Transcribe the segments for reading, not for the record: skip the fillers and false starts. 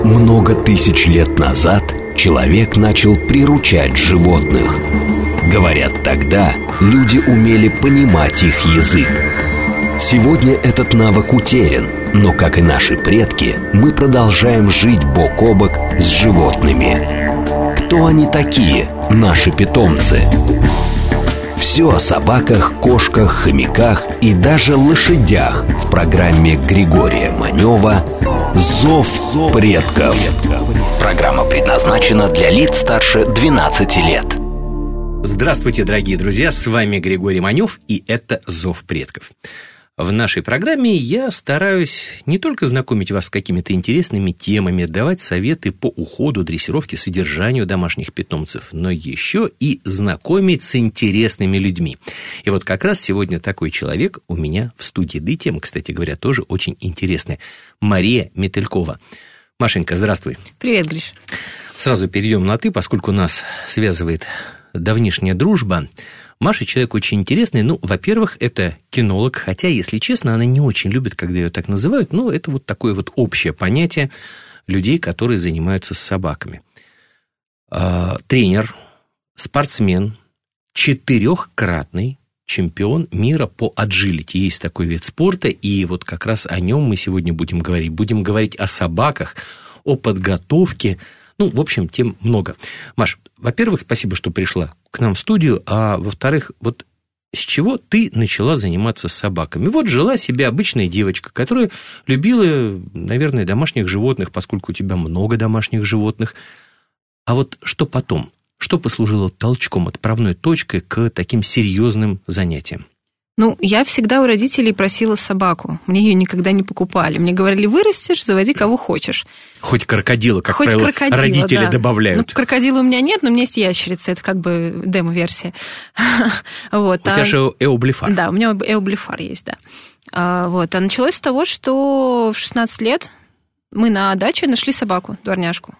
Много тысяч лет назад человек начал приручать животных. Говорят, тогда люди умели понимать их язык. Сегодня этот навык утерян, но, как и наши предки, мы продолжаем жить бок о бок с животными. Кто они такие, наши питомцы? Все о собаках, кошках, хомяках и даже лошадях в программе Григория Манева «Зов предков». Программа предназначена для лиц старше 12 лет. Здравствуйте, дорогие друзья, с вами Григорий Манев, и это «Зов предков». В нашей программе я стараюсь не только знакомить вас с какими-то интересными темами, давать советы по уходу, дрессировке, содержанию домашних питомцев, но еще и знакомить с интересными людьми. И вот как раз сегодня такой человек у меня в студии. Да и тема, кстати говоря, тоже очень интересная. Мария Метелькова. Машенька, здравствуй. Привет, Гриш. Сразу перейдем на «ты», поскольку нас связывает давнишняя дружба. Маша человек очень интересный. Ну, во-первых, это кинолог, хотя, если честно, она не очень любит, когда ее так называют, но это вот такое вот общее понятие людей, которые занимаются с собаками. Тренер, спортсмен, 4-кратный чемпион мира по аджилити. Есть такой вид спорта, и вот как раз о нем мы сегодня будем говорить. Будем говорить о собаках, о подготовке. Ну, в общем, тем много. Маш, во-первых, спасибо, что пришла к нам в студию, а во-вторых, вот с чего ты начала заниматься с собаками? Вот жила себе обычная девочка, которая любила, наверное, домашних животных, поскольку у тебя много домашних животных. А вот что потом? Что послужило толчком, отправной точкой к таким серьезным занятиям? Ну, я всегда у родителей просила собаку. Мне ее никогда не покупали. Мне говорили, вырастешь, заводи кого хочешь. Хоть крокодила, как правило, родители добавляют. Ну, крокодила у меня нет, но у меня есть ящерица. Это как бы демо-версия. Вот. У тебя же эоблифар. Да, у меня эоблифар есть, да. Вот. А началось с того, что в 16 лет мы на даче нашли собаку, дворняжку.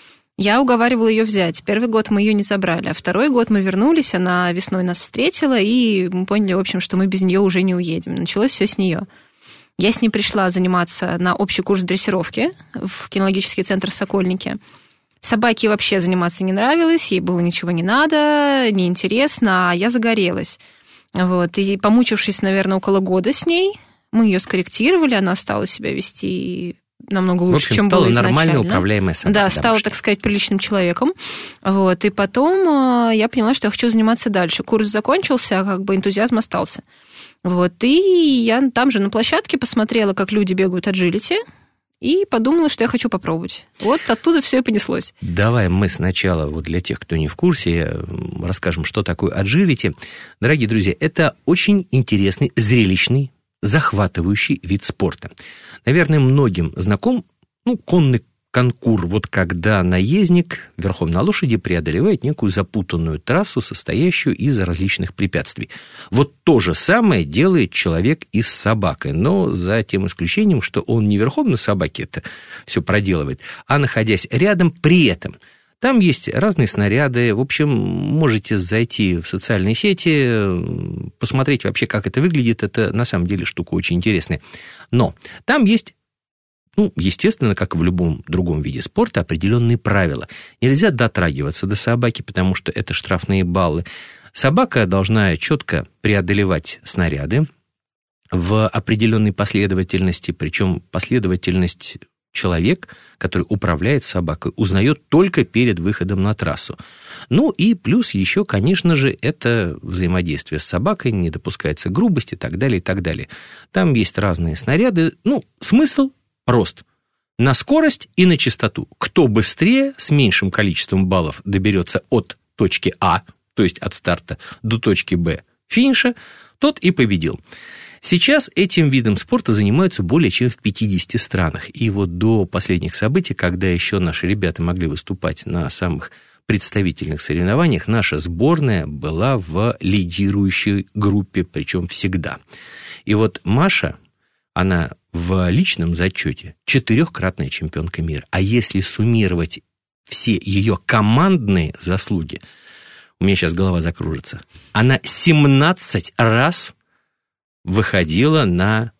Я уговаривала ее взять. Первый год мы ее не забрали, а второй год мы вернулись, она весной нас встретила, и мы поняли, в общем, что мы без нее уже не уедем. Началось все с нее. Я с ней пришла заниматься на общий курс дрессировки в кинологический центр «Сокольники». Собаке вообще заниматься не нравилось, ей было ничего не надо, неинтересно, а я загорелась. Вот. И помучившись, наверное, около года с ней, мы ее скорректировали, она стала себя вести намного лучше, чем было изначально. Стала нормально управляемая собака. Да, стала, так сказать, приличным человеком. Вот. И потом я поняла, что я хочу заниматься дальше. Курс закончился, а как бы энтузиазм остался. Вот. И я там же на площадке посмотрела, как люди бегают аджилити, и подумала, что я хочу попробовать. Вот оттуда все и понеслось. Давай мы сначала, вот для тех, кто не в курсе, расскажем, что такое аджилити. Дорогие друзья, это очень интересный, зрелищный, захватывающий вид спорта. Наверное, многим знаком, конный конкур, вот когда наездник верхом на лошади преодолевает некую запутанную трассу, состоящую из различных препятствий. Вот то же самое делает человек и с собакой, но за тем исключением, что он не верхом на собаке это все проделывает, а находясь рядом при этом. Там есть разные снаряды. В общем, можете зайти в социальные сети, посмотреть вообще, как это выглядит. Это на самом деле штука очень интересная. Но там есть, естественно, как и в любом другом виде спорта, определенные правила. Нельзя дотрагиваться до собаки, потому что это штрафные баллы. Собака должна четко преодолевать снаряды в определенной последовательности, причем последовательность человек, который управляет собакой, узнает только перед выходом на трассу. Ну и плюс еще, конечно же, это взаимодействие с собакой, не допускается грубости и так далее, и так далее. Там есть разные снаряды. Смысл прост. На скорость и на частоту. Кто быстрее, с меньшим количеством баллов доберется от точки А, то есть от старта, до точки Б, финиша, тот и победил. Сейчас этим видом спорта занимаются более чем в 50 странах. И вот до последних событий, когда еще наши ребята могли выступать на самых представительных соревнованиях, наша сборная была в лидирующей группе, причем всегда. И вот Маша, она в личном зачете 4-кратная чемпионка мира. А если суммировать все ее командные заслуги, у меня сейчас голова закружится, она 17 раз выходила на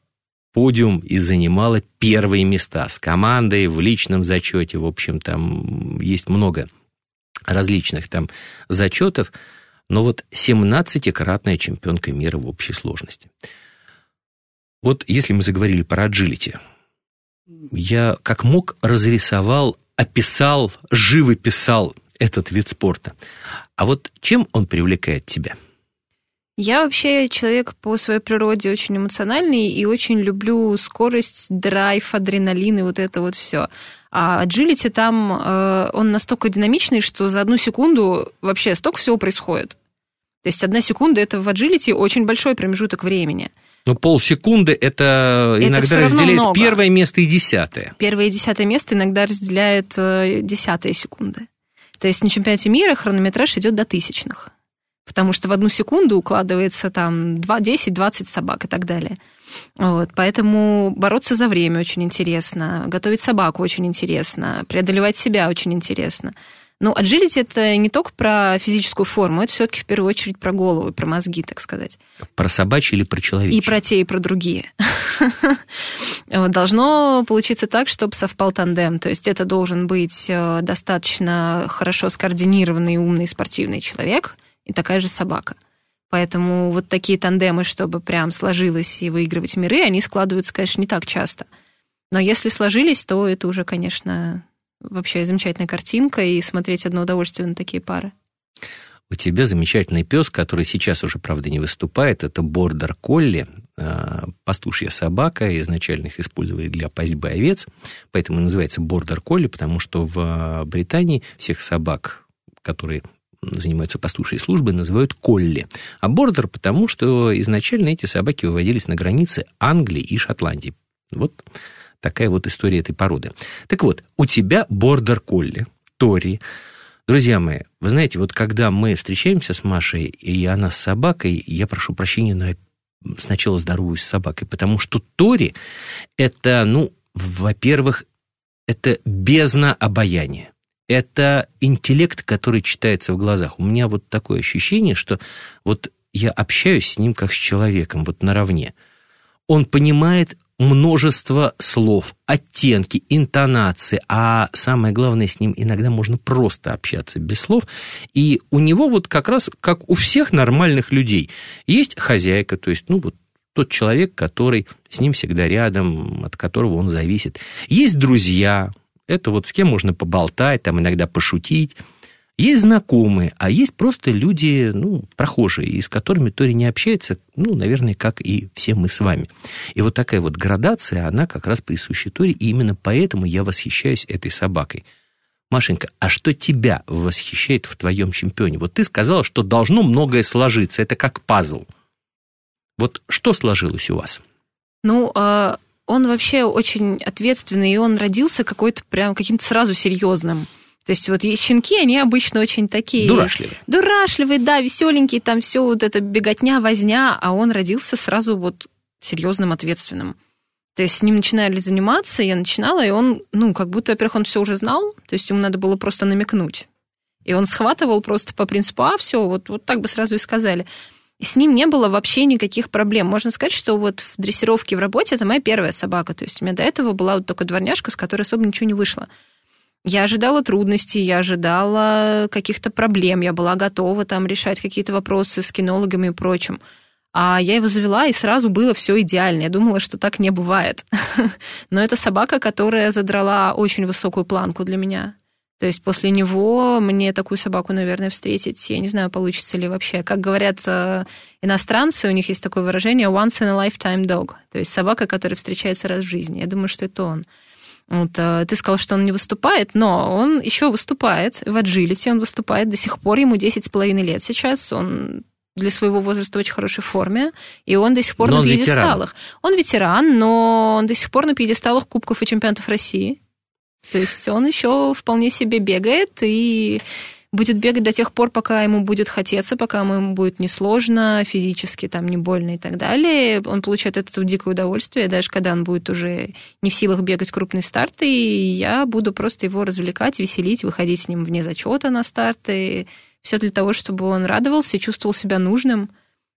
подиум и занимала первые места с командой в личном зачете. В общем, там есть много различных там зачетов, но вот 17-кратная чемпионка мира в общей сложности. Вот если мы заговорили про аджилити, я как мог разрисовал, описал, живописал этот вид спорта. А вот чем он привлекает тебя? Я вообще человек по своей природе очень эмоциональный и очень люблю скорость, драйв, адреналин и вот это вот все. А аджилити там, он настолько динамичный, что за 1 секунду вообще столько всего происходит. То есть 1 секунда – это в аджилити очень большой промежуток времени. Но полсекунды это иногда разделяет много. 1 место и 10-е. 1 и 10 место иногда разделяет 10-е секунды. То есть на чемпионате мира хронометраж идет до тысячных. Потому что в 1 секунду укладывается там 10-20 собак и так далее. Вот, поэтому бороться за время очень интересно, готовить собаку очень интересно, преодолевать себя очень интересно. Но аджилити – это не только про физическую форму, это все-таки в первую очередь про голову, про мозги, так сказать. Про собачьи или про человечьи? И про те, и про другие. Должно получиться так, чтобы совпал тандем. То есть это должен быть достаточно хорошо скоординированный, умный, спортивный человек и такая же собака. Поэтому вот такие тандемы, чтобы прям сложилось и выигрывать миры, они складываются, конечно, не так часто. Но если сложились, то это уже, конечно, вообще замечательная картинка, и смотреть одно удовольствие на такие пары. У тебя замечательный пес, который сейчас уже, правда, не выступает. Это бордер-колли, пастушья собака. Изначально их использовали для пастьбы овец, поэтому называется бордер-колли, потому что в Британии всех собак, которые занимаются пастушьей службой, называют колли. А бордер, потому что изначально эти собаки выводились на границе Англии и Шотландии. Вот такая вот история этой породы. Так вот, у тебя бордер-колли, Тори. Друзья мои, вы знаете, вот когда мы встречаемся с Машей, и она с собакой, я прошу прощения, но я сначала здороваюсь с собакой, потому что Тори – это, во-первых, это бездна обаяния. Это интеллект, который читается в глазах. У меня вот такое ощущение, что вот я общаюсь с ним как с человеком, вот наравне. Он понимает множество слов, оттенки, интонации, а самое главное, с ним иногда можно просто общаться без слов. И у него вот как раз, как у всех нормальных людей, есть хозяйка, то есть, вот тот человек, который с ним всегда рядом, от которого он зависит. Есть друзья, это вот с кем можно поболтать, там иногда пошутить. Есть знакомые, а есть просто люди, прохожие, и с которыми Тори не общается, наверное, как и все мы с вами. И вот такая вот градация, она как раз присуща Тори, и именно поэтому я восхищаюсь этой собакой. Машенька, а что тебя восхищает в твоем чемпионе? Вот ты сказала, что должно многое сложиться, это как пазл. Вот что сложилось у вас? Он вообще очень ответственный, и он родился какой-то прям каким-то сразу серьезным. То есть вот есть щенки, они обычно очень такие... Дурашливые, да, веселенькие, там все вот это беготня, возня, а он родился сразу вот серьезным, ответственным. То есть с ним начинали заниматься, я начинала, и он, как будто, во-первых, он все уже знал, то есть ему надо было просто намекнуть. И он схватывал просто по принципу, все, вот так бы сразу и сказали. И с ним не было вообще никаких проблем. Можно сказать, что вот в дрессировке, в работе это моя первая собака. То есть у меня до этого была вот только дворняжка, с которой особо ничего не вышло. Я ожидала трудностей, я ожидала каких-то проблем, я была готова там решать какие-то вопросы с кинологами и прочим. А я его завела, и сразу было все идеально. Я думала, что так не бывает. Но это собака, которая задрала очень высокую планку для меня. То есть после него мне такую собаку, наверное, встретить, я не знаю, получится ли вообще. Как говорят иностранцы, у них есть такое выражение once in a lifetime dog. То есть собака, которая встречается раз в жизни. Я думаю, что это он. Вот, ты сказал, что он не выступает, но он еще выступает в аджилити, он выступает до сих пор, ему 10,5 лет сейчас, он для своего возраста в очень хорошей форме, и он до сих пор на пьедесталах. Он ветеран, но он до сих пор на пьедесталах Кубков и чемпионатов России. То есть он еще вполне себе бегает и будет бегать до тех пор, пока ему будет хотеться, пока ему будет несложно, физически там не больно и так далее. Он получает от этого дикое удовольствие, даже когда он будет уже не в силах бегать крупные старты, и я буду просто его развлекать, веселить, выходить с ним вне зачета на старты. Все для того, чтобы он радовался и чувствовал себя нужным.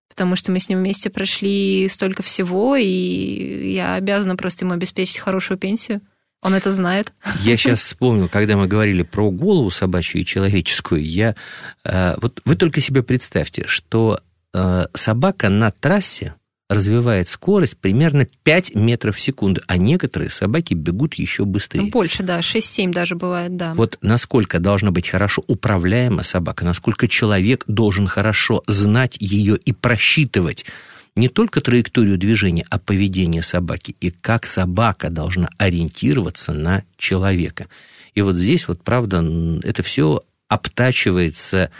потому что мы с ним вместе прошли столько всего, и я обязана просто ему обеспечить хорошую пенсию. Он это знает. Я сейчас вспомнил, когда мы говорили про голову собачью и человеческую, вот вы только себе представьте, что собака на трассе развивает скорость примерно 5 метров в секунду, а некоторые собаки бегут еще быстрее. Больше, да, 6-7 даже бывает, да. Вот насколько должна быть хорошо управляема собака, насколько человек должен хорошо знать ее и просчитывать не только траекторию движения, а поведение собаки, и как собака должна ориентироваться на человека. И вот здесь, вот правда, это все обтачивается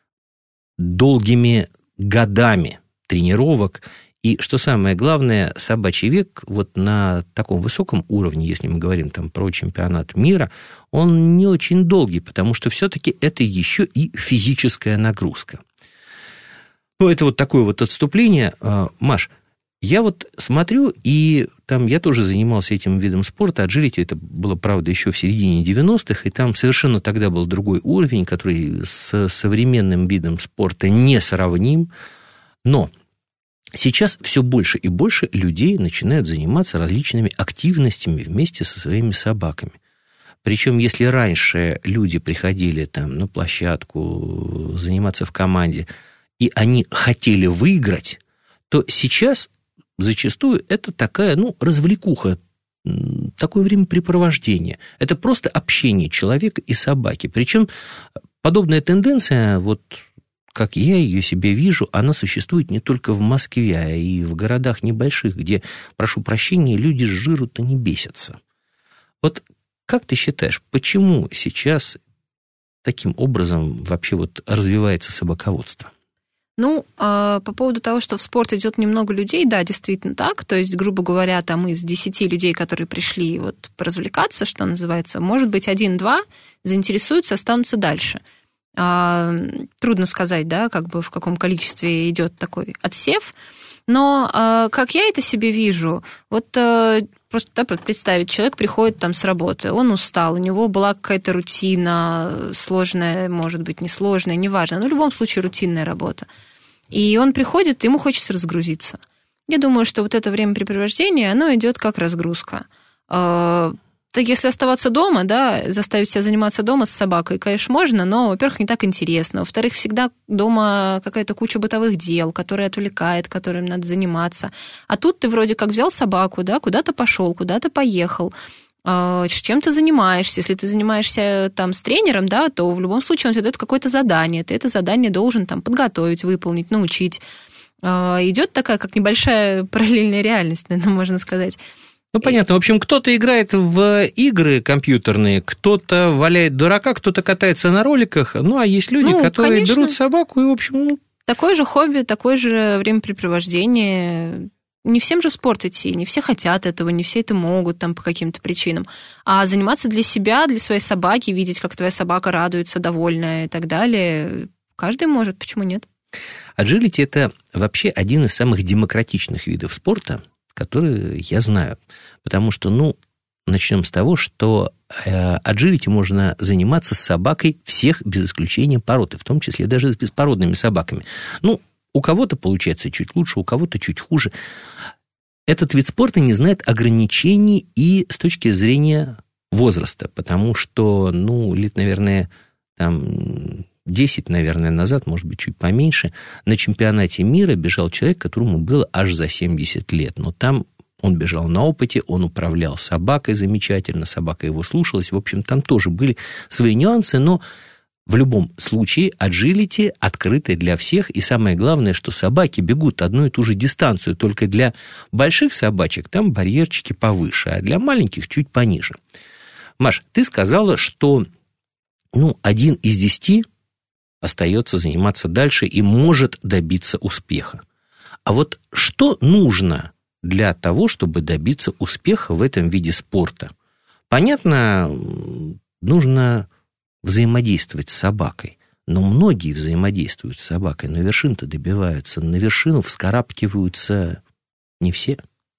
долгими годами тренировок. И что самое главное, собачий век вот на таком высоком уровне, если мы говорим там про чемпионат мира, он не очень долгий, потому что все-таки это еще и физическая нагрузка. Ну, это вот такое вот отступление. Маш, я вот смотрю, и там я тоже занимался этим видом спорта, аджилити, это было, правда, еще в середине 90-х, и там совершенно тогда был другой уровень, который с современным видом спорта не сравним, но сейчас все больше и больше людей начинают заниматься различными активностями вместе со своими собаками. Причем, если раньше люди приходили там на площадку заниматься в команде, и они хотели выиграть, то сейчас зачастую это такая, развлекуха, такое времяпрепровождение. Это просто общение человека и собаки. Причем подобная тенденция, вот как я ее себе вижу, она существует не только в Москве, а и в городах небольших, где, прошу прощения, люди с жиру-то не бесятся. Вот как ты считаешь, почему сейчас таким образом вообще вот развивается собаководство? По поводу того, что в спорт идет немного людей, да, действительно так. То есть, грубо говоря, там из 10 людей, которые пришли вот поразвлекаться, что называется, может быть, 1-2 заинтересуются, останутся дальше. Трудно сказать, да, как бы в каком количестве идет такой отсев. Но как я это себе вижу, вот просто представить, человек приходит там с работы, он устал, у него была какая-то рутина, сложная, может быть, несложная, неважно, но в любом случае рутинная работа. И он приходит, ему хочется разгрузиться. Я думаю, что вот это времяпрепровождение, оно идет как разгрузка. Так если оставаться дома, да, заставить себя заниматься дома с собакой, конечно, можно, но, во-первых, не так интересно. Во-вторых, всегда дома какая-то куча бытовых дел, которые отвлекает, которым надо заниматься. А тут ты вроде как взял собаку, да, куда-то пошел, куда-то поехал, чем ты занимаешься. Если ты занимаешься там с тренером, да, то в любом случае он тебе дает какое-то задание. Ты это задание должен там подготовить, выполнить, научить. Идет такая, как небольшая параллельная реальность, наверное, можно сказать. Понятно. В общем, кто-то играет в игры компьютерные, кто-то валяет дурака, кто-то катается на роликах, а есть люди, которые конечно, берут собаку и, в общем... Такое же хобби, такое же времяпрепровождение. Не всем же в спорт идти, не все хотят этого, не все это могут там по каким-то причинам. А заниматься для себя, для своей собаки, видеть, как твоя собака радуется, довольная и так далее, каждый может, почему нет? Аджилити – это вообще один из самых демократичных видов спорта, которые я знаю. Потому что, начнем с того, что аджилити можно заниматься с собакой всех, без исключения породы, в том числе даже с беспородными собаками. У кого-то получается чуть лучше, у кого-то чуть хуже. Этот вид спорта не знает ограничений и с точки зрения возраста, потому что, лет, наверное, 10, наверное, назад, может быть, чуть поменьше, на чемпионате мира бежал человек, которому было аж за 70 лет. Но там он бежал на опыте, он управлял собакой замечательно, собака его слушалась. В общем, там тоже были свои нюансы, но в любом случае аджилити открыты для всех. И самое главное, что собаки бегут одну и ту же дистанцию, только для больших собачек там барьерчики повыше, а для маленьких чуть пониже. Маш, ты сказала, что 1 из 10 остается заниматься дальше и может добиться успеха. А вот что нужно для того, чтобы добиться успеха в этом виде спорта? Понятно, нужно взаимодействовать с собакой, но многие взаимодействуют с собакой, но вершин-то добиваются, на вершину вскарабкиваются не все.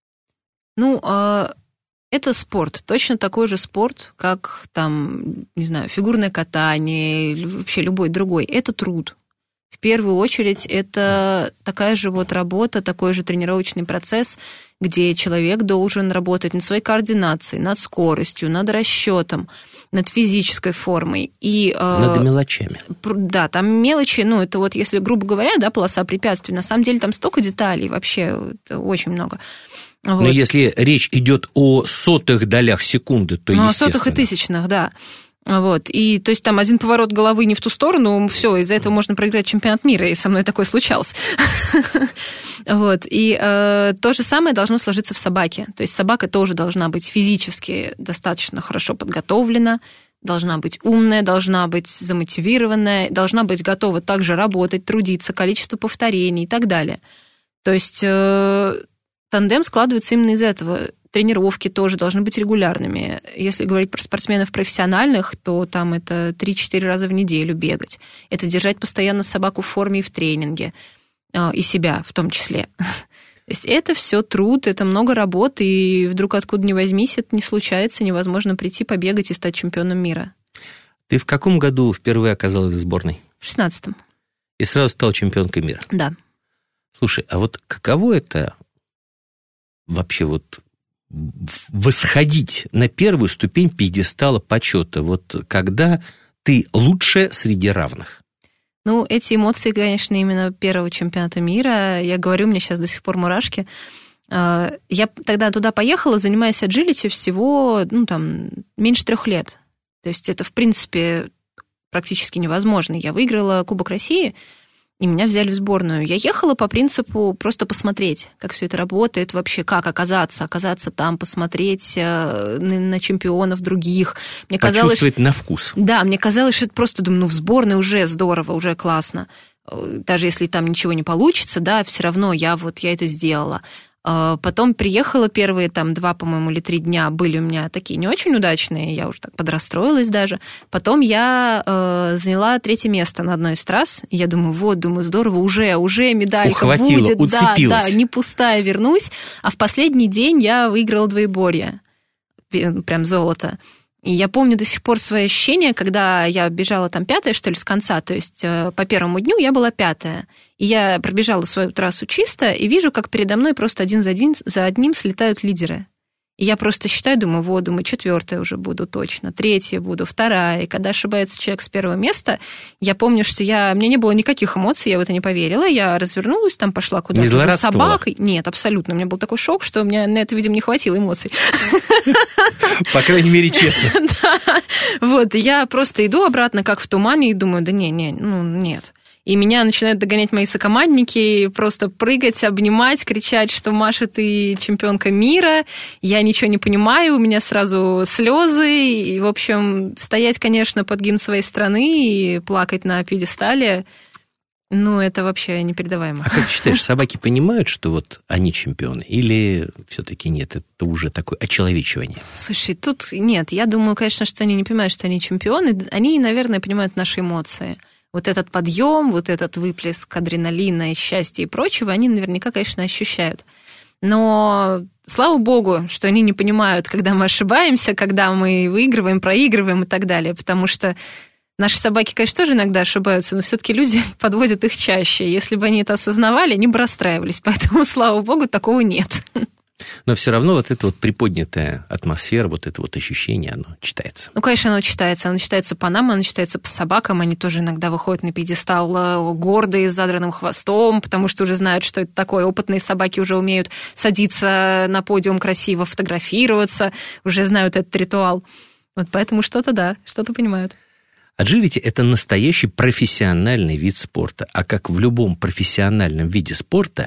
Это спорт, точно такой же спорт, как фигурное катание или вообще любой другой. Это труд. В первую очередь это такая же вот работа, такой же тренировочный процесс, где человек должен работать над своей координацией, над скоростью, над расчетом, над физической формой. И, над мелочами. Да, там мелочи, это вот, если, грубо говоря, да, полоса препятствий, на самом деле там столько деталей вообще, это очень много. Вот. Но если речь идет о сотых долях секунды, то естественно. О сотых и тысячных, да. Вот. И то есть там один поворот головы не в ту сторону, все, из-за этого можно проиграть чемпионат мира, и со мной такое случалось. Вот. И то же самое должно сложиться в собаке. То есть собака тоже должна быть физически достаточно хорошо подготовлена, должна быть умная, должна быть замотивированная, должна быть готова также работать, трудиться, количество повторений и так далее. То есть тандем складывается именно из этого. Тренировки тоже должны быть регулярными. Если говорить про спортсменов профессиональных, то там это 3-4 раза в неделю бегать. Это держать постоянно собаку в форме и в тренинге. И себя в том числе. То есть это все труд, это много работы, и вдруг откуда ни возьмись, это не случается, невозможно прийти, побегать и стать чемпионом мира. Ты в каком году впервые оказалась в сборной? В 16-м. И сразу стала чемпионкой мира? Да. Слушай, а вот каково это вообще вот восходить на первую ступень пьедестала почета, вот когда ты лучшая среди равных? Эти эмоции, конечно, именно первого чемпионата мира. Я говорю, у меня сейчас до сих пор мурашки. Я тогда туда поехала, занимаясь аджилити всего, меньше 3 лет. То есть это, в принципе, практически невозможно. Я выиграла Кубок России, и меня взяли в сборную. Я ехала по принципу просто посмотреть, как все это работает вообще, как оказаться там, посмотреть на чемпионов других. Мне почувствовать на вкус. Да, мне казалось, что это просто, думаю, в сборной уже здорово, уже классно. Даже если там ничего не получится, да, все равно я это сделала. Потом приехала, первые 2, по-моему, или 3 дня были у меня такие не очень удачные, я уже так подрастроилась даже. Потом я заняла 3-е место на одной из трасс, и я думаю, здорово, уже медалька будет. Уцепилась. Да, не пустая вернусь. А в последний день я выиграла двоеборье, прям золото. И я помню до сих пор свои ощущения, когда я бежала 5-я, что ли, с конца, то есть по первому дню я была 5-я. И я пробежала свою трассу чисто, и вижу, как передо мной просто один за одним слетают лидеры. И я просто считаю, думаю, 4-я уже буду точно, 3-я буду, 2-я. И когда ошибается человек с 1-го места, я помню, что мне не было никаких эмоций, я в это не поверила. Я развернулась, пошла куда-то за собакой. Нет, абсолютно. У меня был такой шок, что у меня на это, видимо, не хватило эмоций. По крайней мере, честно. Да. Вот, я просто иду обратно, как в тумане, и думаю, нет. И меня начинают догонять мои сокомандники, просто прыгать, обнимать, кричать, что Маша, ты чемпионка мира, я ничего не понимаю, у меня сразу слезы, и, в общем, стоять, конечно, под гимн своей страны и плакать на пьедестале, это вообще непередаваемо. А как ты считаешь, собаки понимают, что они чемпионы, или все-таки нет, это уже такое очеловечивание? Слушай, тут нет, я думаю, конечно, что они не понимают, что они чемпионы, они, наверное, понимают наши эмоции. Вот этот подъем, вот этот выплеск адреналина и счастья и прочего, они наверняка, конечно, ощущают. Но слава богу, что они не понимают, когда мы ошибаемся, когда мы выигрываем, проигрываем и так далее, потому что наши собаки, конечно, тоже иногда ошибаются, но все-таки люди подводят их чаще. Если бы они это осознавали, они бы расстраивались. Поэтому, слава богу, такого нет. Но все равно эта приподнятая атмосфера, это ощущение, оно читается. Конечно, оно читается. Оно читается по нам, оно читается по собакам. Они тоже иногда выходят на пьедестал гордые, с задранным хвостом, потому что уже знают, что это такое. Опытные собаки уже умеют садиться на подиум красиво, фотографироваться, уже знают этот ритуал. Поэтому что-то понимают. Аджилити – это настоящий профессиональный вид спорта. А как в любом профессиональном виде спорта,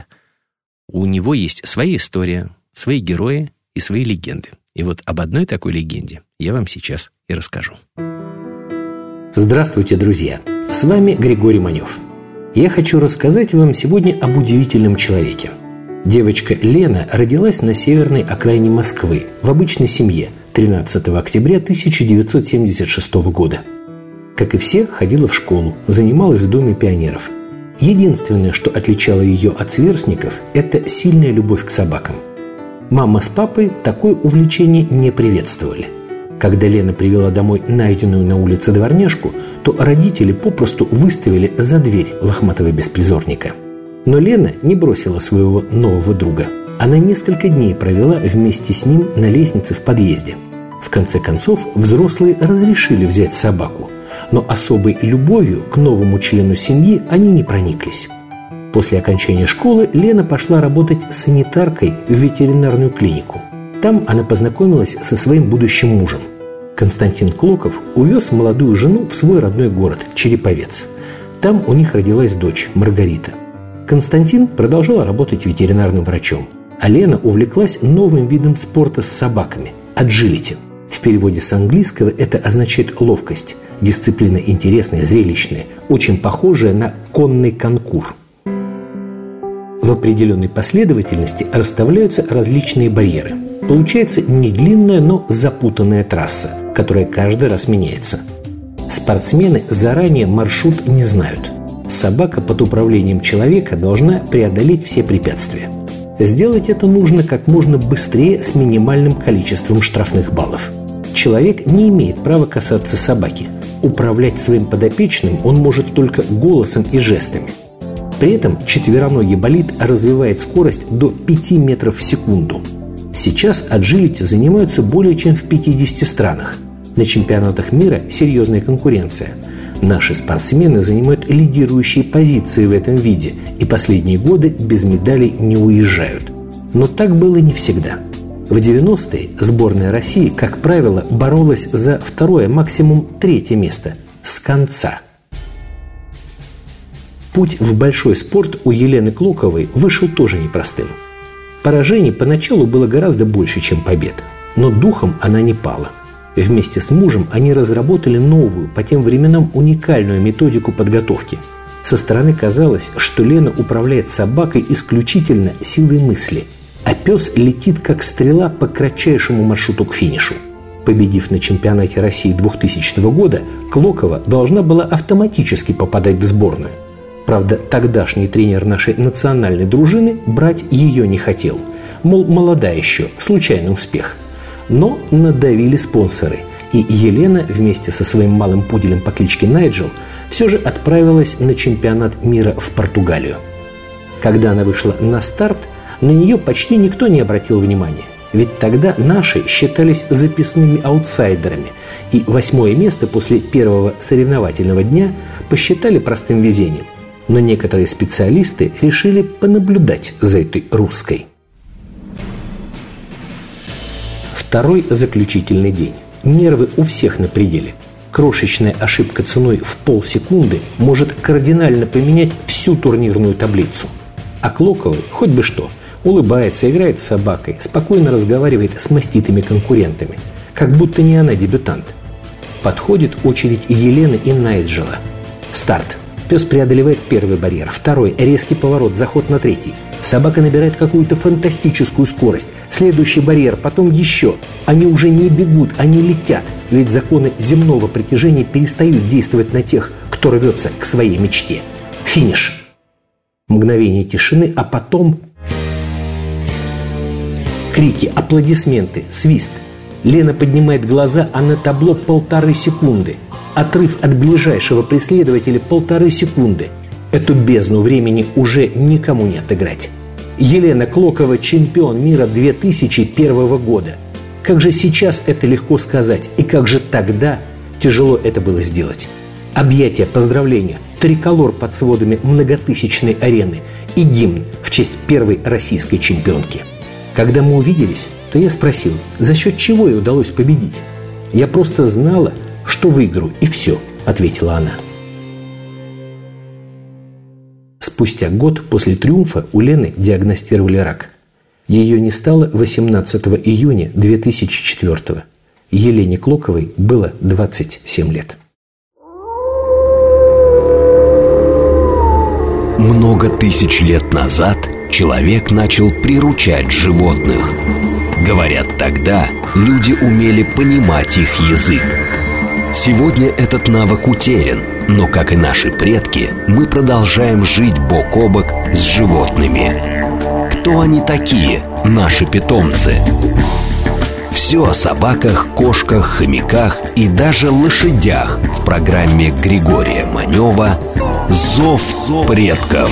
у него есть своя история, свои герои и свои легенды. И об одной такой легенде я вам сейчас и расскажу. Здравствуйте, друзья! С вами Григорий Манев. Я хочу рассказать вам сегодня об удивительном человеке. Девочка Лена родилась на северной окраине Москвы в обычной семье 13 октября 1976 года. Как и все, ходила в школу, занималась в Доме пионеров. Единственное, что отличало ее от сверстников, это сильная любовь к собакам. Мама с папой такое увлечение не приветствовали. Когда Лена привела домой найденную на улице дворняжку, то родители попросту выставили за дверь лохматого беспризорника. Но Лена не бросила своего нового друга. Она несколько дней провела вместе с ним на лестнице в подъезде. В конце концов, взрослые разрешили взять собаку, но особой любовью к новому члену семьи они не прониклись. После окончания школы Лена пошла работать санитаркой в ветеринарную клинику. Там она познакомилась со своим будущим мужем. Константин Клоков увез молодую жену в свой родной город Череповец. Там у них родилась дочь Маргарита. Константин продолжал работать ветеринарным врачом, а Лена увлеклась новым видом спорта с собаками – аджилити. В переводе с английского это означает ловкость, дисциплина интересная, зрелищная, очень похожая на конный конкур. В определенной последовательности расставляются различные барьеры. Получается не длинная, но запутанная трасса, которая каждый раз меняется. Спортсмены заранее маршрут не знают. Собака под управлением человека должна преодолеть все препятствия. Сделать это нужно как можно быстрее с минимальным количеством штрафных баллов. Человек не имеет права касаться собаки. Управлять своим подопечным он может только голосом и жестами. При этом четвероногий болид развивает скорость до 5 метров в секунду. Сейчас аджилити занимаются более чем в 50 странах. На чемпионатах мира серьезная конкуренция. Наши спортсмены занимают лидирующие позиции в этом виде и последние годы без медалей не уезжают. Но так было не всегда. В 90-е сборная России, как правило, боролась за второе, максимум третье место с конца. Путь в большой спорт у Елены Клоковой вышел тоже непростым. Поражений поначалу было гораздо больше, чем побед, но духом она не пала. Вместе с мужем они разработали новую, по тем временам уникальную методику подготовки. Со стороны казалось, что Лена управляет собакой исключительно силой мысли, а пес летит как стрела по кратчайшему маршруту к финишу. Победив на чемпионате России 2000 года, Клокова должна была автоматически попадать в сборную. Правда, тогдашний тренер нашей национальной дружины брать ее не хотел. Мол, молода еще, случайный успех. Но надавили спонсоры, и Елена вместе со своим малым пуделем по кличке Найджел все же отправилась на чемпионат мира в Португалию. Когда она вышла на старт, на нее почти никто не обратил внимания. Ведь тогда наши считались записными аутсайдерами, и 8-е место после первого соревновательного дня посчитали простым везением. Но некоторые специалисты решили понаблюдать за этой русской. Второй заключительный день. Нервы у всех на пределе. Крошечная ошибка ценой в полсекунды может кардинально поменять всю турнирную таблицу. А Клоковой хоть бы что. Улыбается, играет с собакой, спокойно разговаривает с маститыми конкурентами. Как будто не она дебютант. Подходит очередь Елены и Найджела. Старт. Пес преодолевает первый барьер, второй – резкий поворот, заход на третий. Собака набирает какую-то фантастическую скорость. Следующий барьер, потом еще. Они уже не бегут, они летят. Ведь законы земного притяжения перестают действовать на тех, кто рвется к своей мечте. Финиш. Мгновение тишины, а потом крики, аплодисменты, свист. Лена поднимает глаза, а на табло 1,5 секунды. Отрыв от ближайшего преследователя 1,5 секунды. Эту бездну времени уже никому не отыграть. Елена Клокова – чемпион мира 2001 года. Как же сейчас это легко сказать, и как же тогда тяжело это было сделать. Объятия, поздравления, триколор под сводами многотысячной арены и гимн в честь первой российской чемпионки. Когда мы увиделись, то я спросил, за счет чего ей удалось победить. Я просто знала, что выиграю, и все, ответила она. Спустя год после триумфа у Лены диагностировали рак. Ее не стало 18 июня 2004. Елене Клоковой было 27 лет. Много тысяч лет назад человек начал приручать животных. Говорят, тогда люди умели понимать их язык. Сегодня этот навык утерян, но, как и наши предки, мы продолжаем жить бок о бок с животными. Кто они такие, наши питомцы? В Все о собаках, кошках, хомяках и даже лошадях в программе Григория Манева «Зов предков».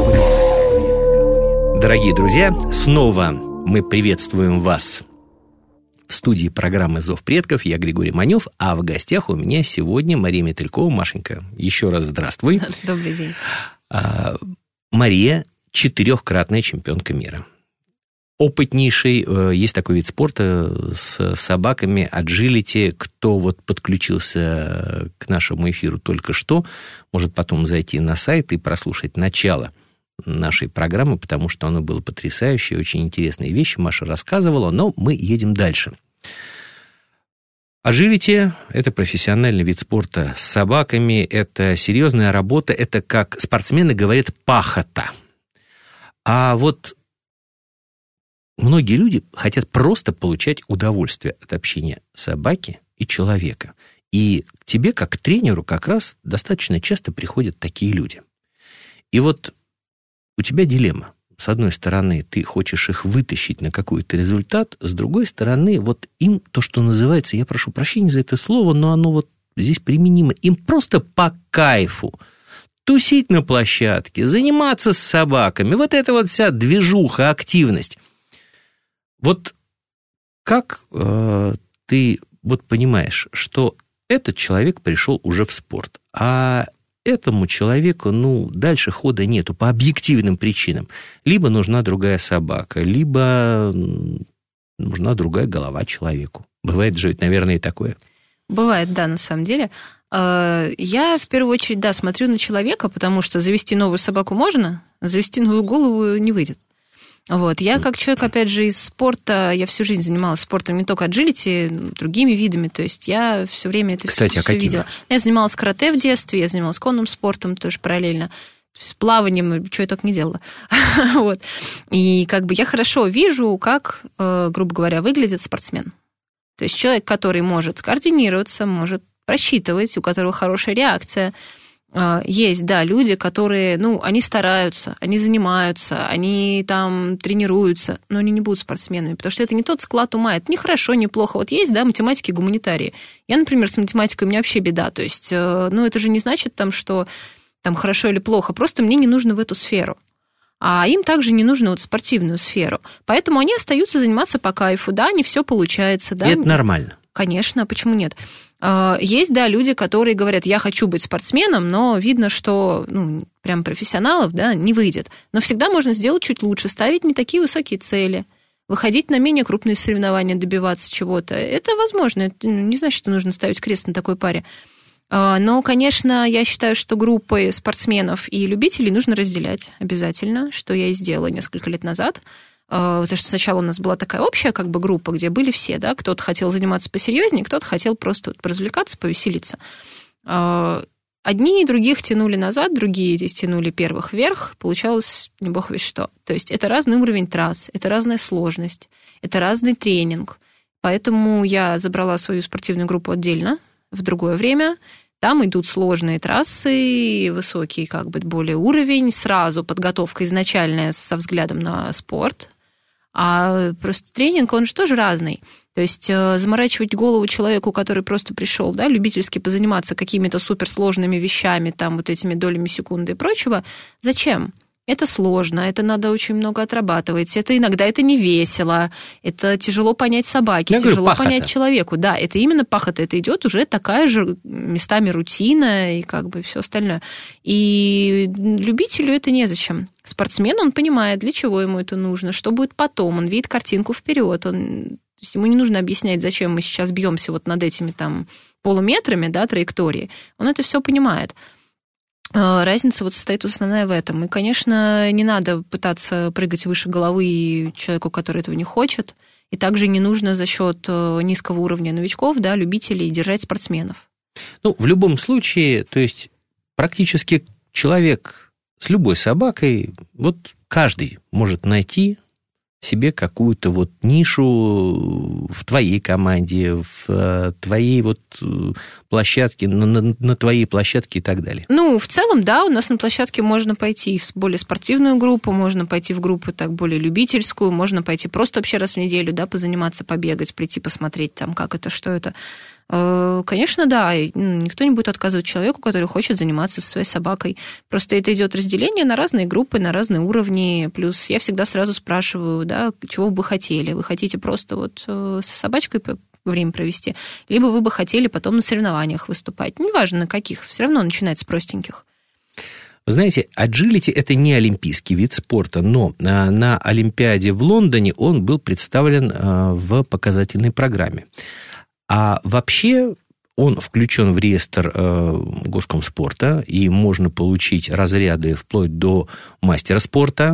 Дорогие друзья, снова мы приветствуем вас в студии программы «Зов предков». Я Григорий Манев, а в гостях у меня сегодня Мария Метелькова. Машенька, еще раз здравствуй. Добрый день. Мария – 4-кратная чемпионка мира. Опытнейший, есть такой вид спорта с собаками, аджилити. Кто вот подключился к нашему эфиру только что, может потом зайти на сайт и прослушать начало нашей программы, потому что оно было потрясающее, очень интересные вещи Маша рассказывала, но мы едем дальше. Аджилити – это профессиональный вид спорта с собаками, это серьезная работа, это, как спортсмены говорят, пахота. А вот многие люди хотят просто получать удовольствие от общения собаки и человека. И к тебе, как к тренеру, как раз достаточно часто приходят такие люди. И вот у тебя дилемма. С одной стороны, ты хочешь их вытащить на какой-то результат, с другой стороны, вот им то, что называется, я прошу прощения за это слово, но оно вот здесь применимо, им просто по кайфу тусить на площадке, заниматься с собаками, вот эта вот вся движуха, активность. Вот как ты вот понимаешь, что этот человек пришел уже в спорт, а этому человеку, дальше хода нету по объективным причинам. Либо нужна другая собака, либо нужна другая голова человеку. Бывает же, наверное, и такое. Бывает, да, на самом деле. Я в первую очередь, да, смотрю на человека, потому что завести новую собаку можно, завести новую голову не выйдет. Вот. Я как человек, опять же, из спорта, я всю жизнь занималась спортом, не только аджилити, другими видами, то есть я все время это все видела. Я занималась карате в детстве, я занималась конным спортом тоже параллельно, с плаванием, что я только не делала. Вот. И как бы я хорошо вижу, как, грубо говоря, выглядит спортсмен. То есть человек, который может координироваться, может просчитывать, у которого хорошая реакция. Есть, да, люди, которые, они стараются, они занимаются, они там тренируются, но они не будут спортсменами, потому что это не тот склад ума, это не хорошо, не плохо. Вот есть, да, математики, гуманитарии. Я, например, с математикой у меня вообще беда, то есть, это же не значит, что там хорошо или плохо, просто мне не нужно в эту сферу. А им также не нужно вот спортивную сферу. Поэтому они остаются заниматься по кайфу, да, не все получается. Да? И это нормально. Конечно, почему нет? Есть, да, люди, которые говорят, я хочу быть спортсменом, но видно, что, прям профессионалов, да, не выйдет. Но всегда можно сделать чуть лучше, ставить не такие высокие цели, выходить на менее крупные соревнования, добиваться чего-то. Это возможно, это не значит, что нужно ставить крест на такой паре. Но, конечно, я считаю, что группы спортсменов и любителей нужно разделять обязательно, что я и сделала несколько лет назад. Потому что сначала у нас была такая общая как бы группа, где были все, да, кто-то хотел заниматься посерьезнее, кто-то хотел просто поразвлекаться, повеселиться. Одни и других тянули назад, другие тянули первых вверх, получалось не бог весть что. То есть это разный уровень трасс, это разная сложность, это разный тренинг. Поэтому я забрала свою спортивную группу отдельно в другое время. Там идут сложные трассы, высокий как бы более уровень, сразу подготовка изначальная со взглядом на спорт. А просто тренинг, он же тоже разный. То есть заморачивать голову человеку, который просто пришел, да, любительски позаниматься какими-то суперсложными вещами, там вот этими долями секунды и прочего, зачем? Это сложно, это надо очень много отрабатывать, иногда это не весело, это тяжело понять собаке, тяжело понять человеку. Да, это именно пахота, это идет уже такая же местами рутина и как бы все остальное. И любителю это незачем. Спортсмен, он понимает, для чего ему это нужно, что будет потом, он видит картинку вперед, ему не нужно объяснять, зачем мы сейчас бьемся вот над этими там полуметрами, да, траектории, он это все понимает. Разница вот состоит основная в этом. И, конечно, не надо пытаться прыгать выше головы человеку, который этого не хочет. И также не нужно за счет низкого уровня новичков, да, любителей держать спортсменов. В любом случае, то есть практически человек с любой собакой, вот каждый может найти себе какую-то вот нишу в твоей команде, в твоей вот площадке, на твоей площадке и так далее? Ну, в целом, да, у нас на площадке можно пойти в более спортивную группу, можно пойти в группу так более любительскую, можно пойти просто вообще раз в неделю, да, позаниматься, побегать, прийти посмотреть там, как это, что это. Конечно, да, никто не будет отказывать человеку, который хочет заниматься со своей собакой. Просто это идет разделение на разные группы, на разные уровни. Плюс я всегда сразу спрашиваю, да, чего бы вы хотели. Вы хотите просто вот со собачкой время провести, либо вы бы хотели потом на соревнованиях выступать. Неважно на каких, все равно начинать с простеньких. Вы знаете, аджилити – это не олимпийский вид спорта, но на Олимпиаде в Лондоне он был представлен в показательной программе. А вообще он включен в реестр Госкомспорта, и можно получить разряды вплоть до мастера спорта.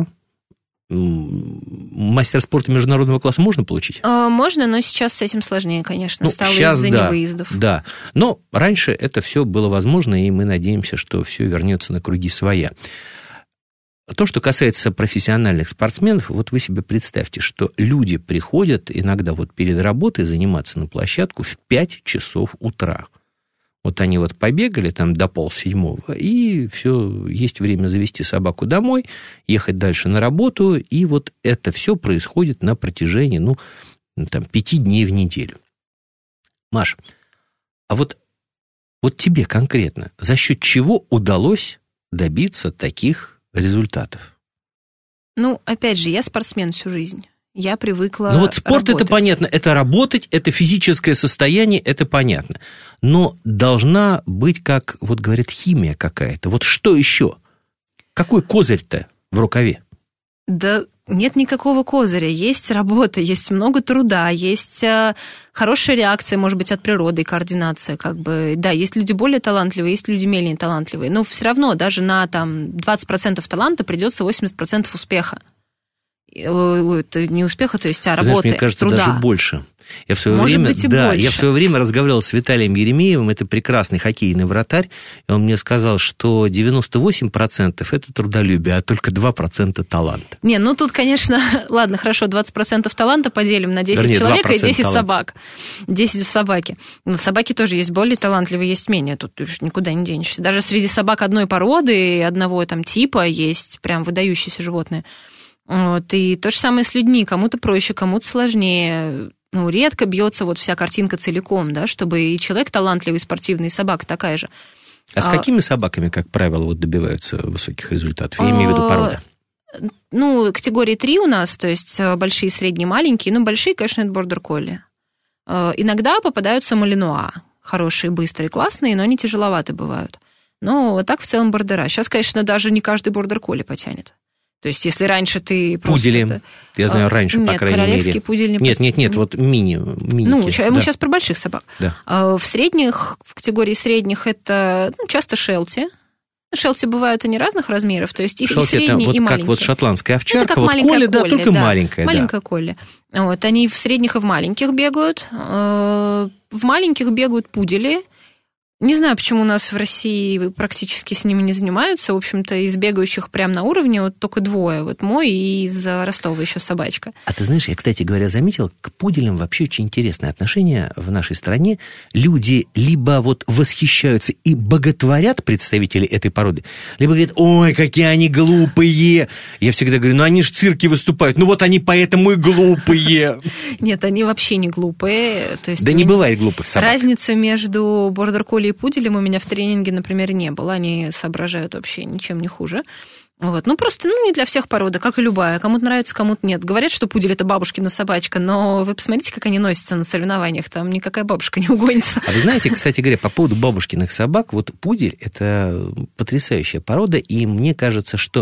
Мастер спорта международного класса можно получить? Можно, но сейчас с этим сложнее, конечно, стало из-за невыездов. Да, но раньше это все было возможно, и мы надеемся, что все вернется на круги своя. То, что касается профессиональных спортсменов, вот вы себе представьте, что люди приходят иногда вот перед работой заниматься на площадку в 5 часов утра. Вот они вот побегали там до 6:30, и все, есть время завести собаку домой, ехать дальше на работу, и вот это все происходит на протяжении, 5 дней в неделю. Маш, а вот тебе конкретно, за счет чего удалось добиться таких результатов? Опять же, я спортсмен всю жизнь. Я привыкла вот спорт работать. Это понятно, это работать, это физическое состояние, это понятно. Но должна быть, как вот говорят, химия какая-то. Вот что еще? Какой козырь-то в рукаве? Да нет никакого козыря. Есть работа, есть много труда, есть хорошая реакция, может быть, от природы и координация. Да, есть люди более талантливые, есть люди менее талантливые. Но все равно даже на 20% таланта придется 80% успеха. Это не успеха, то есть, а работы, знаешь, мне кажется, труда. Даже больше. Я в свое Может время, быть, и больше. Я в свое время разговаривал с Виталием Еремеевым, это прекрасный хоккейный вратарь, и он мне сказал, что 98% это трудолюбие, а только 2% талант. Тут, конечно, ладно, хорошо, 20% таланта поделим на 10 человек и 10 собак. 10 собаки. Но собаки тоже есть более талантливые, есть менее, тут уж никуда не денешься. Даже среди собак одной породы, одного типа есть прям выдающиеся животные. И то же самое с людьми. Кому-то проще, кому-то сложнее. Редко бьется вся картинка целиком, да, чтобы и человек талантливый, спортивный, и собака такая же. А с какими собаками, как правило, добиваются высоких результатов? Я имею в виду породы. Категории 3 у нас, то есть большие, средние, маленькие. Большие, конечно, это бордер-колли. Иногда попадаются малинуа. Хорошие, быстрые, классные, но они тяжеловаты бывают. Так в целом бордера. Сейчас, конечно, даже не каждый бордер-колли потянет. То есть, если раньше ты просто... Пудели, я знаю, раньше, по крайней мере. Королевский пудель не... Нет, вот мини-ки. Мы сейчас про больших собак. Да. В категории средних это часто шелти. Шелти бывают они разных размеров, то есть и средние, и маленькие. Как шотландская овчарка, это как маленькая колли, только маленькая. Маленькая колли. Они в средних и в маленьких бегают. В маленьких бегают пудели. Не знаю, почему у нас в России практически с ними не занимаются. В общем-то, из бегающих прямо на уровне только 2. Мой и из Ростова еще собачка. А ты знаешь, я, кстати говоря, заметил, к пуделям вообще очень интересное отношение в нашей стране. Люди либо восхищаются и боготворят представителей этой породы, либо говорят, ой, какие они глупые. Я всегда говорю, они же в цирке выступают. Они поэтому и глупые. Нет, они вообще не глупые. Да не бывает глупых собак. Разница между бордер-колли и пуделем у меня в тренинге, например, не было. Они соображают вообще ничем не хуже. Просто не для всех порода, как и любая. Кому-то нравится, кому-то нет. Говорят, что пудель – это бабушкина собачка, но вы посмотрите, как они носятся на соревнованиях. Там никакая бабушка не угонится. А вы знаете, кстати говоря, по поводу бабушкиных собак, пудель – это потрясающая порода, и мне кажется, что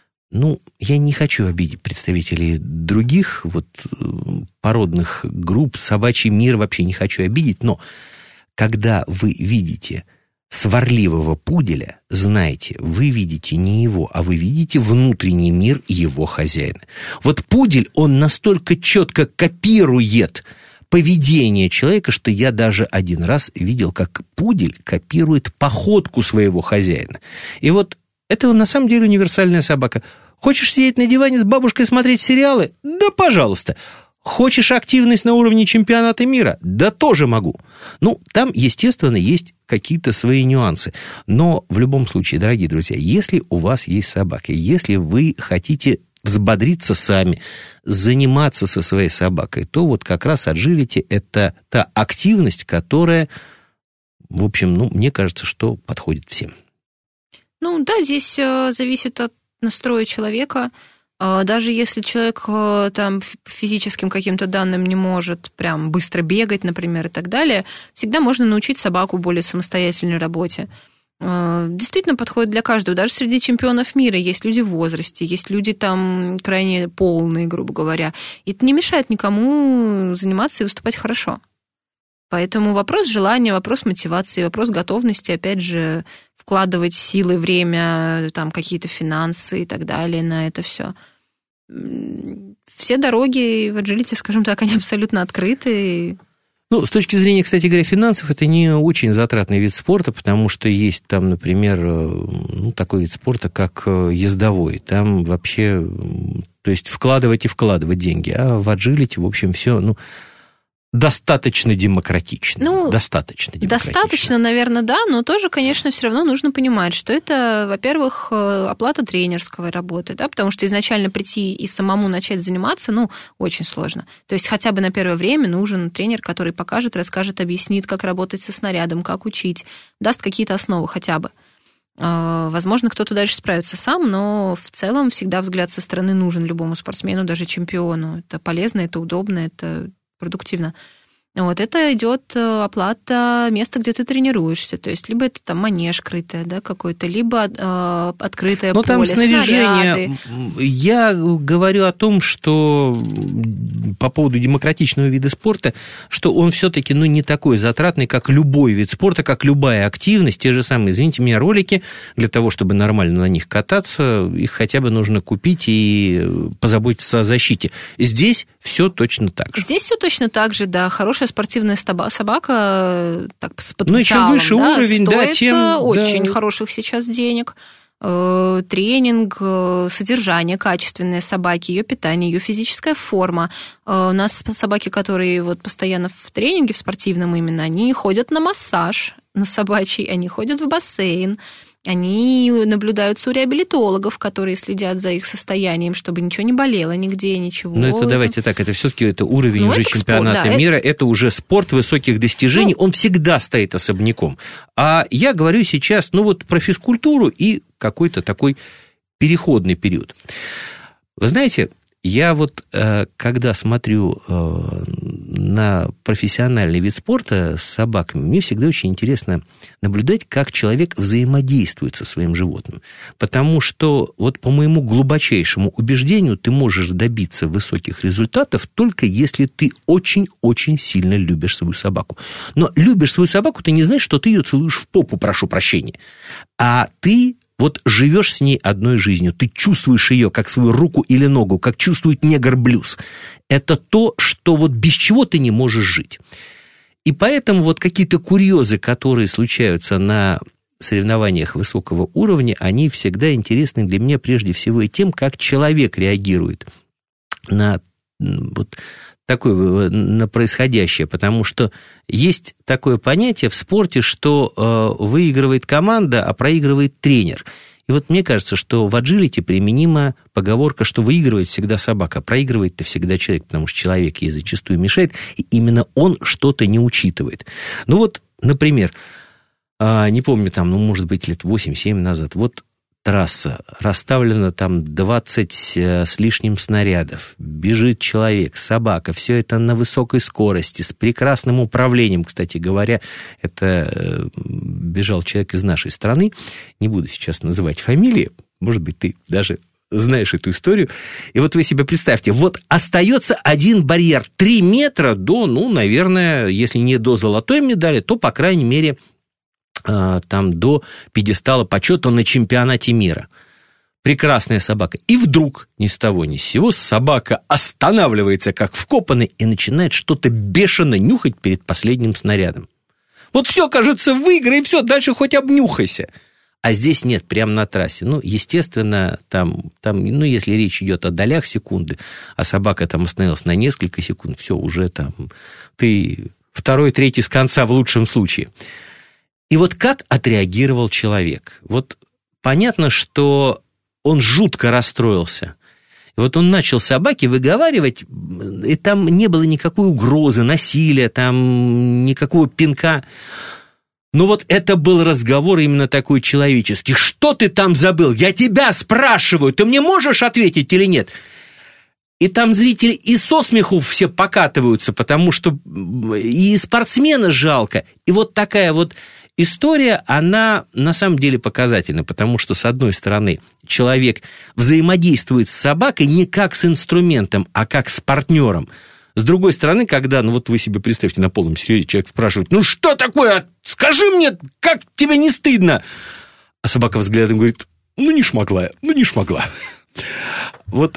я не хочу обидеть представителей других породных групп, собачий мир вообще не хочу обидеть, но когда вы видите сварливого пуделя, знайте, вы видите не его, а вы видите внутренний мир его хозяина. Пудель, он настолько четко копирует поведение человека, что я даже один раз видел, как пудель копирует походку своего хозяина. И это на самом деле универсальная собака. Хочешь сидеть на диване с бабушкой смотреть сериалы? Да, пожалуйста. Хочешь активность на уровне чемпионата мира? Да, тоже могу. Ну, там, естественно, есть какие-то свои нюансы. Но в любом случае, дорогие друзья, если у вас есть собака, если вы хотите взбодриться сами, заниматься со своей собакой, то вот как раз Agility – это та активность, которая, в общем, мне кажется, что подходит всем. Ну да, здесь зависит от настроя человека. Даже если человек там физическим каким-то данным не может прям быстро бегать, например, и так далее, всегда можно научить собаку более самостоятельной работе. Действительно подходит для каждого. Даже среди чемпионов мира есть люди в возрасте, есть люди там крайне полные, грубо говоря. И это не мешает никому заниматься и выступать хорошо. Поэтому вопрос желания, вопрос мотивации, вопрос готовности, опять же, вкладывать силы, время, там, какие-то финансы и так далее на это все. Все дороги в Agility, скажем так, они абсолютно открыты. Ну, с точки зрения, кстати говоря, финансов, это не очень затратный вид спорта, потому что есть там, например, такой вид спорта, как ездовой. Там вообще, то есть вкладывать и вкладывать деньги. А в Agility, в общем, все, достаточно демократично. Достаточно, наверное, да, но тоже, конечно, все равно нужно понимать, что это, во-первых, оплата тренерской работы, да, потому что изначально прийти и самому начать заниматься, очень сложно. То есть хотя бы на первое время нужен тренер, который покажет, расскажет, объяснит, как работать со снарядом, как учить, даст какие-то основы хотя бы. Возможно, кто-то дальше справится сам, но в целом всегда взгляд со стороны нужен любому спортсмену, даже чемпиону. Это полезно, это удобно, это продуктивно. Вот это идет оплата места, где ты тренируешься. То есть либо это там манеж крытое, да, какое-то, либо открытое поле, там снаряжение. Снаряды. Я говорю о том, что по поводу демократичного вида спорта, что он все-таки не такой затратный, как любой вид спорта, как любая активность. Те же самые, извините меня, ролики, для того, чтобы нормально на них кататься, их хотя бы нужно купить и позаботиться о защите. Здесь все точно так же. Здесь все точно так же, да. Хорошая спортивная собака так, с потенциалом, чем выше уровень, стоит тем очень хороших сейчас денег. Тренинг, содержание качественной собаки, ее питание, ее физическая форма. У нас собаки, которые постоянно в тренинге, в спортивном именно, они ходят на массаж, на собачий, они ходят в бассейн. Они наблюдаются у реабилитологов, которые следят за их состоянием, чтобы ничего не болело нигде, ничего. Это давайте так, это все-таки это уровень уже чемпионата мира, это уже спорт высоких достижений, он всегда стоит особняком. А я говорю сейчас, про физкультуру и какой-то такой переходный период. Вы знаете, я когда смотрю на профессиональный вид спорта с собаками, мне всегда очень интересно наблюдать, как человек взаимодействует со своим животным. Потому что, по моему глубочайшему убеждению, ты можешь добиться высоких результатов только если ты очень-очень сильно любишь свою собаку. Но любишь свою собаку, ты не знаешь, что ты ее целуешь в попу, прошу прощения. А ты живешь с ней одной жизнью, ты чувствуешь ее как свою руку или ногу, как чувствует негр Блюз. Это то, что без чего ты не можешь жить. И поэтому какие-то курьезы, которые случаются на соревнованиях высокого уровня, они всегда интересны для меня прежде всего и тем, как человек реагирует на такое, на происходящее, потому что есть такое понятие в спорте, что выигрывает команда, а проигрывает тренер. И мне кажется, что в Agility применима поговорка, что выигрывает всегда собака, а проигрывает-то всегда человек, потому что человек ей зачастую мешает, и именно он что-то не учитывает. Например, не помню, может быть, лет 8-7 назад, трасса, расставлено 20 с лишним снарядов, бежит человек, собака, все это на высокой скорости, с прекрасным управлением, кстати говоря, это бежал человек из нашей страны, не буду сейчас называть фамилии, может быть, ты даже знаешь эту историю, и вы себе представьте, остается один барьер, 3 метра до, наверное, если не до золотой медали, то, по крайней мере, до пьедестала почета на чемпионате мира. Прекрасная собака. И вдруг, ни с того ни с сего, собака останавливается, как вкопанная, и начинает что-то бешено нюхать перед последним снарядом. Все, кажется, выиграй, и все, дальше хоть обнюхайся. А здесь нет, прямо на трассе. Ну, естественно, там, ну, если речь идет о долях секунды, а собака там остановилась на несколько секунд, все, уже там ты второй, третий с конца в лучшем случае. И вот как отреагировал человек? Вот понятно, что он жутко расстроился. И вот он начал собаке выговаривать, и там не было никакой угрозы, насилия, там никакого пинка. Но вот это был разговор именно такой человеческий. Что ты там забыл? Я тебя спрашиваю, ты мне можешь ответить или нет? И там зрители и со смеху все покатываются, потому что и спортсмена жалко. И вот такая вот история, она на самом деле показательна, потому что, с одной стороны, человек взаимодействует с собакой не как с инструментом, а как с партнером. С другой стороны, когда, ну вот вы себе представьте, на полном серьезе человек спрашивает, ну что такое, скажи мне, как тебе не стыдно? А собака взглядом говорит, ну не шмогла. Вот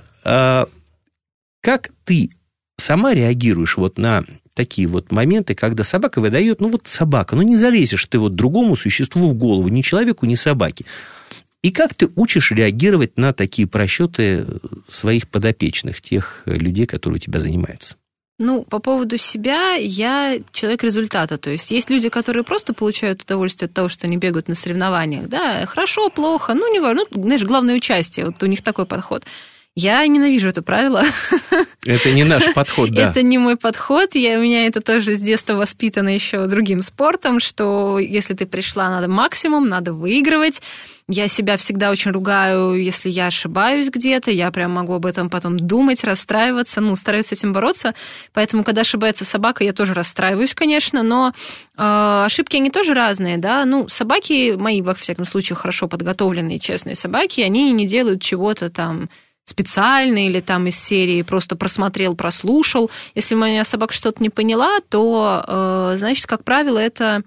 как ты сама реагируешь вот на такие вот моменты, когда собака выдает, ну вот собака, ну не залезешь ты вот другому существу в голову, ни человеку, ни собаке. И как ты учишь реагировать на такие просчеты своих подопечных, тех людей, которые у тебя занимаются? Ну, по поводу себя, я человек результата. То есть есть люди, которые просто получают удовольствие от того, что они бегают на соревнованиях. Да, хорошо, плохо, ну, не важно. Ну, знаешь, главное участие. Вот у них такой подход. Я ненавижу это правило. Это не наш подход, да. Это не мой подход. У меня это тоже с детства воспитано еще другим спортом, что если ты пришла, надо максимум, надо выигрывать. Я себя всегда очень ругаю, если я ошибаюсь где-то. Я прям могу об этом потом думать, расстраиваться. Ну, стараюсь с этим бороться. Поэтому, когда ошибается собака, я тоже расстраиваюсь, конечно. Но ошибки, они тоже разные, да. Ну, собаки мои, во всяком случае, хорошо подготовленные, честные собаки, они не делают чего-то там специально или там из серии просто просмотрел, прослушал. Если моя собака что-то не поняла, то, значит, как правило, это,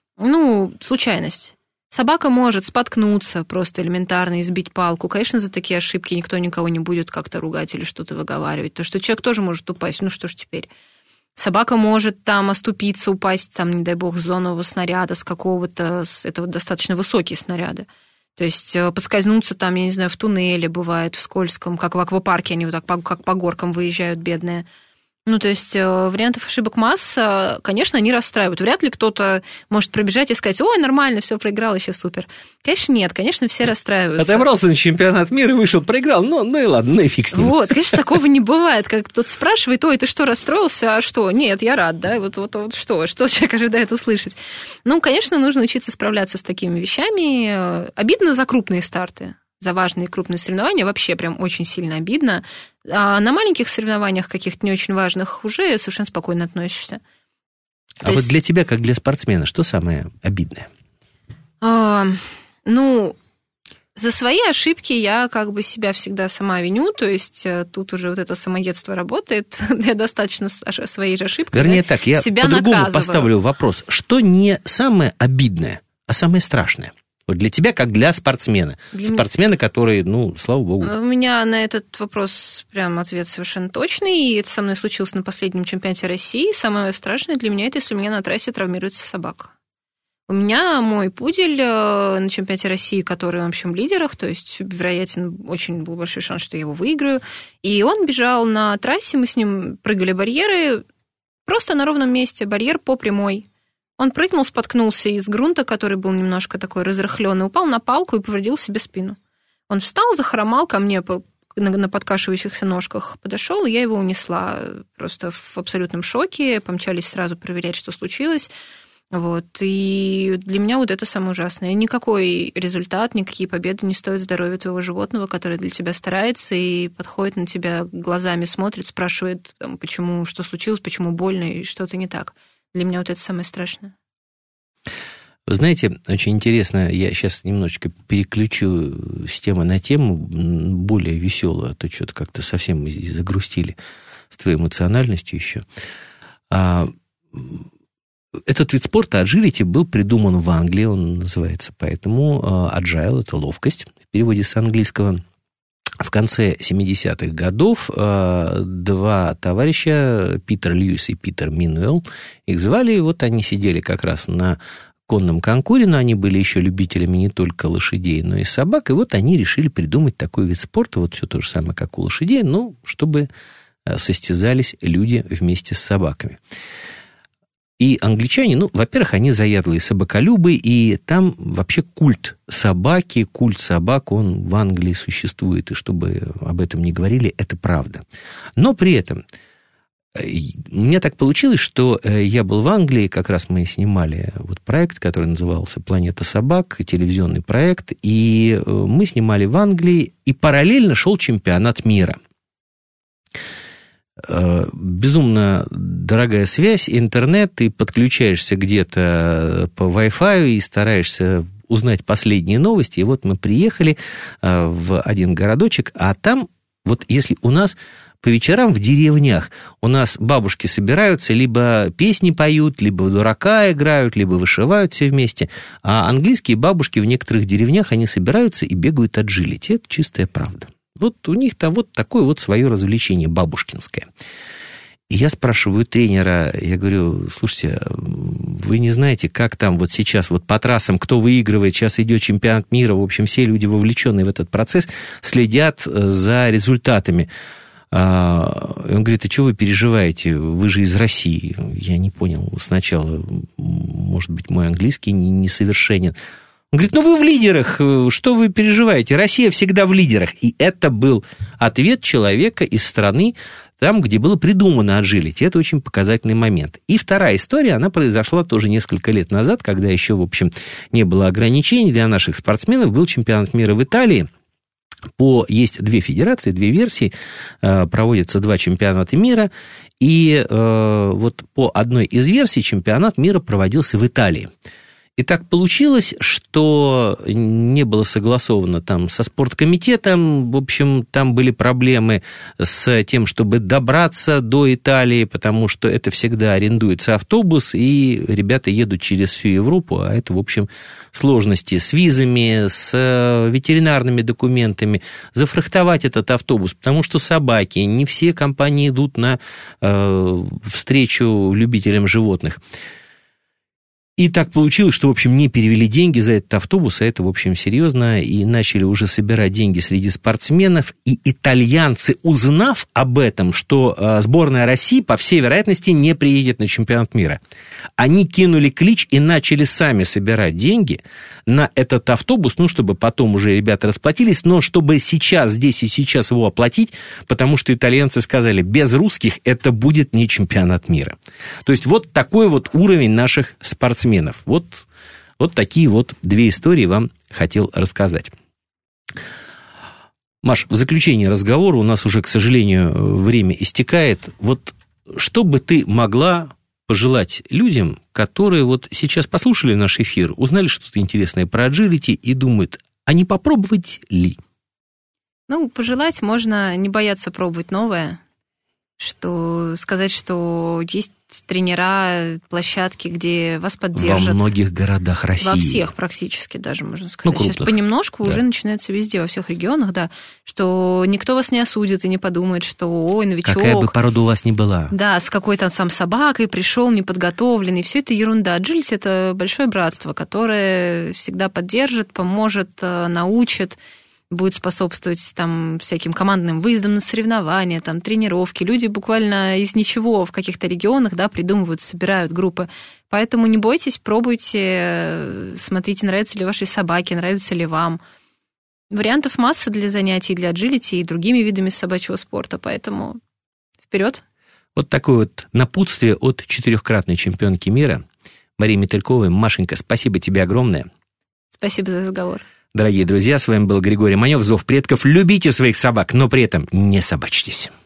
ну, случайность. Собака может споткнуться просто элементарно и сбить палку. Конечно, за такие ошибки никто никого не будет как-то ругать или что-то выговаривать. То, что человек тоже может упасть, ну что ж теперь. Собака может там оступиться, упасть, там, не дай бог, с зонового снаряда, с какого-то, это вот достаточно высокие снаряды. То есть подскользнуться там, я не знаю, в туннеле бывает, в скользком, как в аквапарке, они вот так как по горкам выезжают, бедные. Ну, то есть вариантов ошибок масса, конечно, они расстраивают. Вряд ли кто-то может пробежать и сказать, ой, нормально, все, проиграл, еще супер. Конечно, нет, конечно, все расстраиваются. Отобрался на чемпионат мира, вышел, проиграл, ну и ладно, ну и фиг с ним. Вот, конечно, такого не бывает, как кто-то спрашивает, ой, ты что, расстроился, а что? Нет, я рад, да, вот что человек ожидает услышать. Ну, конечно, нужно учиться справляться с такими вещами. Обидно за крупные старты. За важные крупные соревнования вообще прям очень сильно обидно. А на маленьких соревнованиях, каких-то не очень важных, уже совершенно спокойно относишься. А вот для тебя, как для спортсмена, что самое обидное? Ну, за свои ошибки я как бы себя всегда сама виню, то есть тут уже вот это самоедство работает, я достаточно своей же ошибкой. Вернее так, я по-другому наказываю. Поставлю вопрос. Что не самое обидное, а самое страшное? Вот для тебя, как для спортсмена. Спортсмена, который, ну, слава богу. У меня на этот вопрос прям ответ совершенно точный. И это со мной случилось на последнем чемпионате России. Самое страшное для меня, это если у меня на трассе травмируется собака. У меня мой пудель на чемпионате России, который, в общем, в лидерах, то есть, вероятен, очень был большой шанс, что я его выиграю. И он бежал на трассе, мы с ним прыгали барьеры, просто на ровном месте, барьер по прямой. Он прыгнул, споткнулся из грунта, который был немножко такой разрыхленный, упал на палку и повредил себе спину. Он встал, захромал ко мне на подкашивающихся ножках, подошел, и я его унесла просто в абсолютном шоке. Помчались сразу проверять, что случилось. Вот. И для меня вот это самое ужасное. Никакой результат, никакие победы не стоят здоровья твоего животного, которое для тебя старается и подходит на тебя глазами, смотрит, спрашивает, почему, что случилось, почему больно и что-то не так. Для меня вот это самое страшное. Вы знаете, очень интересно, я сейчас немножечко переключу с темы на тему, более веселую, а то что-то как-то совсем мы здесь загрустили с твоей эмоциональностью еще. Этот вид спорта, agility, был придуман в Англии, он называется поэтому agile, это ловкость в переводе с английского. В конце 70-х годов два товарища, Питер Льюис и Питер Минуэлл, их звали, и вот они сидели как раз на конном конкуре, но они были еще любителями не только лошадей, но и собак, и вот они решили придумать такой вид спорта, вот все то же самое, как у лошадей, но чтобы состязались люди вместе с собаками. И англичане, ну, во-первых, они заядлые собаколюбы, и там вообще культ собаки, культ собак, он в Англии существует, и чтобы об этом не говорили, это правда. Но при этом у меня так получилось, что я был в Англии, как раз мы снимали вот проект, который назывался «Планета собак», телевизионный проект, и мы снимали в Англии, и параллельно шел чемпионат мира. Безумно дорогая связь, интернет, ты подключаешься где-то по Wi-Fi и стараешься узнать последние новости. И вот мы приехали в один городочек, а там, вот если у нас по вечерам в деревнях у нас бабушки собираются, либо песни поют, либо в дурака играют, либо вышивают все вместе, а английские бабушки в некоторых деревнях, они собираются и бегают аджилити. Это чистая правда. Вот у них там вот такое вот свое развлечение бабушкинское. И я спрашиваю тренера, я говорю, слушайте, вы не знаете, как там вот сейчас вот по трассам, кто выигрывает, сейчас идет чемпионат мира, в общем, все люди, вовлеченные в этот процесс, следят за результатами. Он говорит, а что вы переживаете, вы же из России. Я не понял сначала, может быть, мой английский несовершенен. Он говорит, ну вы в лидерах, что вы переживаете? Россия всегда в лидерах. И это был ответ человека из страны, там, где было придумано аджилити. Это очень показательный момент. И вторая история, она произошла тоже несколько лет назад, когда еще, в общем, не было ограничений для наших спортсменов. Был чемпионат мира в Италии. Есть две федерации, две версии, проводятся два чемпионата мира. И вот по одной из версий чемпионат мира проводился в Италии. И так получилось, что не было согласовано там со спорткомитетом, в общем, там были проблемы с тем, чтобы добраться до Италии, потому что это всегда арендуется автобус, и ребята едут через всю Европу, а это, в общем, сложности с визами, с ветеринарными документами, зафрахтовать этот автобус, потому что собаки, не все компании идут на встречу любителям животных. И так получилось, что, в общем, не перевели деньги за этот автобус, а это, в общем, серьезно, и начали уже собирать деньги среди спортсменов, и итальянцы, узнав об этом, что сборная России, по всей вероятности, не приедет на чемпионат мира, они кинули клич и начали сами собирать деньги на этот автобус, ну, чтобы потом уже ребята расплатились, но чтобы сейчас, здесь и сейчас его оплатить, потому что итальянцы сказали, без русских это будет не чемпионат мира. То есть вот такой вот уровень наших спортсменов. Вот такие вот две истории вам хотел рассказать. Маш, в заключении разговора, у нас уже, к сожалению, время истекает. Вот что бы ты могла пожелать людям, которые вот сейчас послушали наш эфир, узнали что-то интересное про аджилити и думают, а не попробовать ли? Ну, пожелать можно не бояться пробовать новое, что сказать, что есть тренера, площадки, где вас поддержат. Во многих городах России. Во всех практически даже, можно сказать. Сейчас понемножку уже начинается везде, во всех регионах, да, что никто вас не осудит и не подумает, что, ой, новичок. Какая бы порода у вас ни была. Да, с какой-то сам собакой пришел, неподготовленный. Все это ерунда. Аджилити – это большое братство, которое всегда поддержит, поможет, научит, будет способствовать там всяким командным выездам на соревнования, там, тренировки. Люди буквально из ничего в каких-то регионах, да, придумывают, собирают группы. Поэтому не бойтесь, пробуйте, смотрите, нравятся ли вашей собаке, нравится ли вам. Вариантов масса для занятий, для аджилити и другими видами собачьего спорта, поэтому вперед. Вот такое вот напутствие от 4-кратной чемпионки мира Марии Метельковой. Машенька, спасибо тебе огромное. Спасибо за разговор. Дорогие друзья, с вами был Григорий Манев, Зов предков. Любите своих собак, но при этом не собачьтесь.